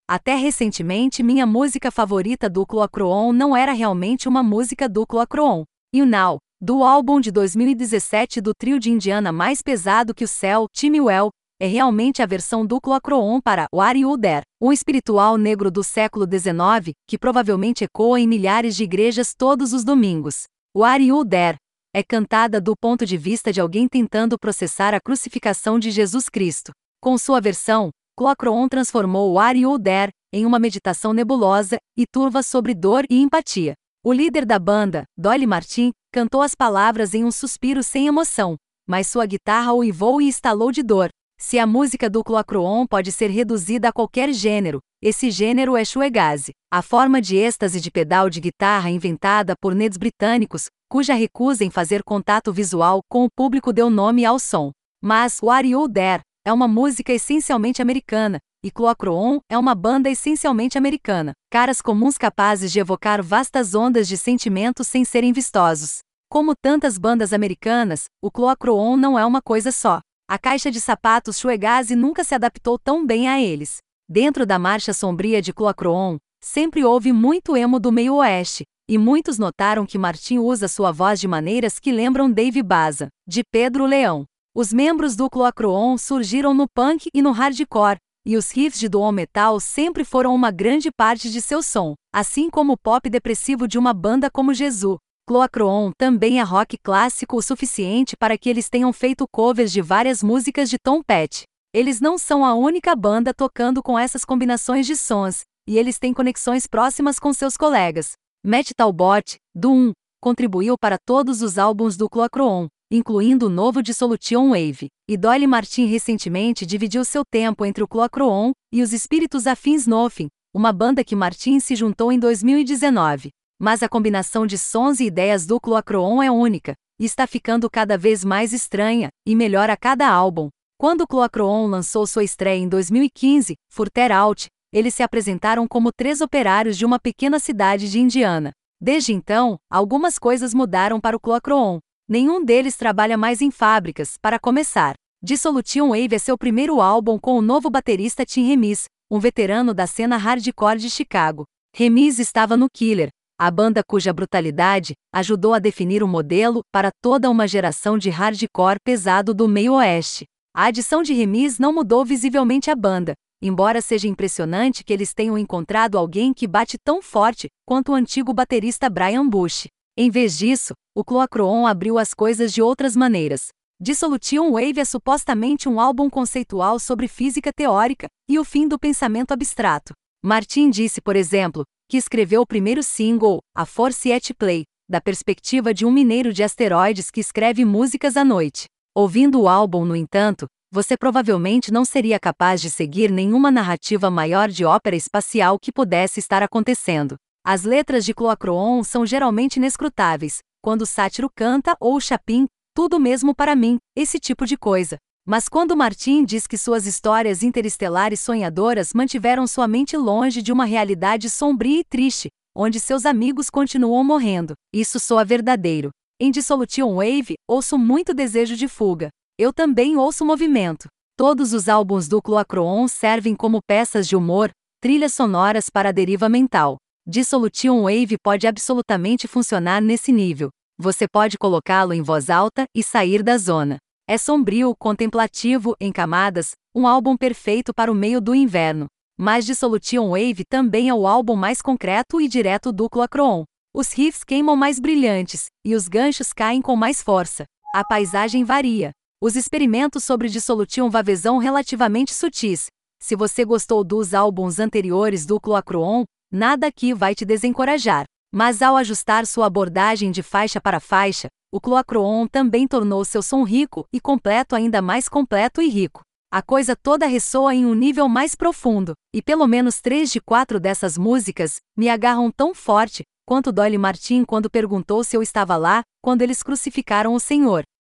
Até recentemente minha música favorita do Cloacroon não era realmente uma música do Cloacroon. You Now, do álbum de 2017 do trio de Indiana mais pesado que o céu, Time Well, é realmente a versão do Cloacroon para Are You There, um espiritual negro do século XIX, que provavelmente ecoa em milhares de igrejas todos os domingos. O Are You There é cantada do ponto de vista de alguém tentando processar a crucificação de Jesus Cristo. Com sua versão, Cloacroon transformou o Are You There em uma meditação nebulosa e turva sobre dor e empatia. O líder da banda, Dolly Martin, cantou as palavras em um suspiro sem emoção, mas sua guitarra uivou e estalou de dor. Se a música do Cloacroon pode ser reduzida a qualquer gênero, esse gênero é shoegaze, a forma de êxtase de pedal de guitarra inventada por nerds britânicos, cuja recusa em fazer contato visual com o público deu nome ao som. Mas o Are You There é uma música essencialmente americana, e Cloacroon é uma banda essencialmente americana. Caras comuns capazes de evocar vastas ondas de sentimentos sem serem vistosos. Como tantas bandas americanas, o Cloacroon não é uma coisa só. A caixa de sapatos shoegaze nunca se adaptou tão bem a eles. Dentro da marcha sombria de Cloacroon, sempre houve muito emo do meio oeste, e muitos notaram que Martin usa sua voz de maneiras que lembram Dave Baza, de Pedro Leão. Os membros do Cloacroon surgiram no punk e no hardcore, e os riffs de doom metal sempre foram uma grande parte de seu som, assim como o pop depressivo de uma banda como Jesus. Cloacroon também é rock clássico o suficiente para que eles tenham feito covers de várias músicas de Tom Petty. Eles não são a única banda tocando com essas combinações de sons, e eles têm conexões próximas com seus colegas. Matt Talbot, do Um, contribuiu para todos os álbuns do Cloacroon, incluindo o novo Dissolution Wave, e Dolly Martin recentemente dividiu seu tempo entre o Cloacroon e os Espíritos Afins Nothing, uma banda que Martin se juntou em 2019. Mas a combinação de sons e ideias do Cloacroon é única, e está ficando cada vez mais estranha, e melhor a cada álbum. Quando o Cloacroon lançou sua estreia em 2015, Further Out, eles se apresentaram como 3 operários de uma pequena cidade de Indiana. Desde então, algumas coisas mudaram para o Cloacroon. Nenhum deles trabalha mais em fábricas, para começar. Dissolution Wave é seu primeiro álbum com o novo baterista Tim Remis, um veterano da cena hardcore de Chicago. Remis estava no Killer, a banda cuja brutalidade ajudou a definir o modelo para toda uma geração de hardcore pesado do meio oeste. A adição de Remis não mudou visivelmente a banda, embora seja impressionante que eles tenham encontrado alguém que bate tão forte quanto o antigo baterista Brian Bush. Em vez disso, o Cloacroon abriu as coisas de outras maneiras. Dissolution Wave é supostamente um álbum conceitual sobre física teórica e o fim do pensamento abstrato. Martin disse, por exemplo, que escreveu o primeiro single, A Force at Play, da perspectiva de um mineiro de asteroides que escreve músicas à noite. Ouvindo o álbum, no entanto, você provavelmente não seria capaz de seguir nenhuma narrativa maior de ópera espacial que pudesse estar acontecendo. As letras de Cloacroon são geralmente inescrutáveis, quando o sátiro canta ou o Chapin, tudo mesmo para mim, esse tipo de coisa. Mas quando Martin diz que suas histórias interestelares sonhadoras mantiveram sua mente longe de uma realidade sombria e triste, onde seus amigos continuam morrendo, isso soa verdadeiro. Em Dissolution Wave, ouço muito desejo de fuga. Eu também ouço movimento. Todos os álbuns do Cloacroon servem como peças de humor, trilhas sonoras para a deriva mental. Dissolution Wave pode absolutamente funcionar nesse nível. Você pode colocá-lo em voz alta e sair da zona. É sombrio, contemplativo, em camadas, um álbum perfeito para o meio do inverno. Mas Dissolution Wave também é o álbum mais concreto e direto do Cloacroon. Os riffs queimam mais brilhantes, e os ganchos caem com mais força. A paisagem varia. Os experimentos sobre Dissolution Wave são relativamente sutis. Se você gostou dos álbuns anteriores do Cloacroon, nada aqui vai te desencorajar. Mas ao ajustar sua abordagem de faixa para faixa, o Cloacroon também tornou seu som rico e completo ainda mais completo e rico. A coisa toda ressoa em um nível mais profundo, e pelo menos 3 de 4 dessas músicas me agarram tão forte quanto Dolly Martin quando perguntou se eu estava lá quando eles crucificaram o Senhor.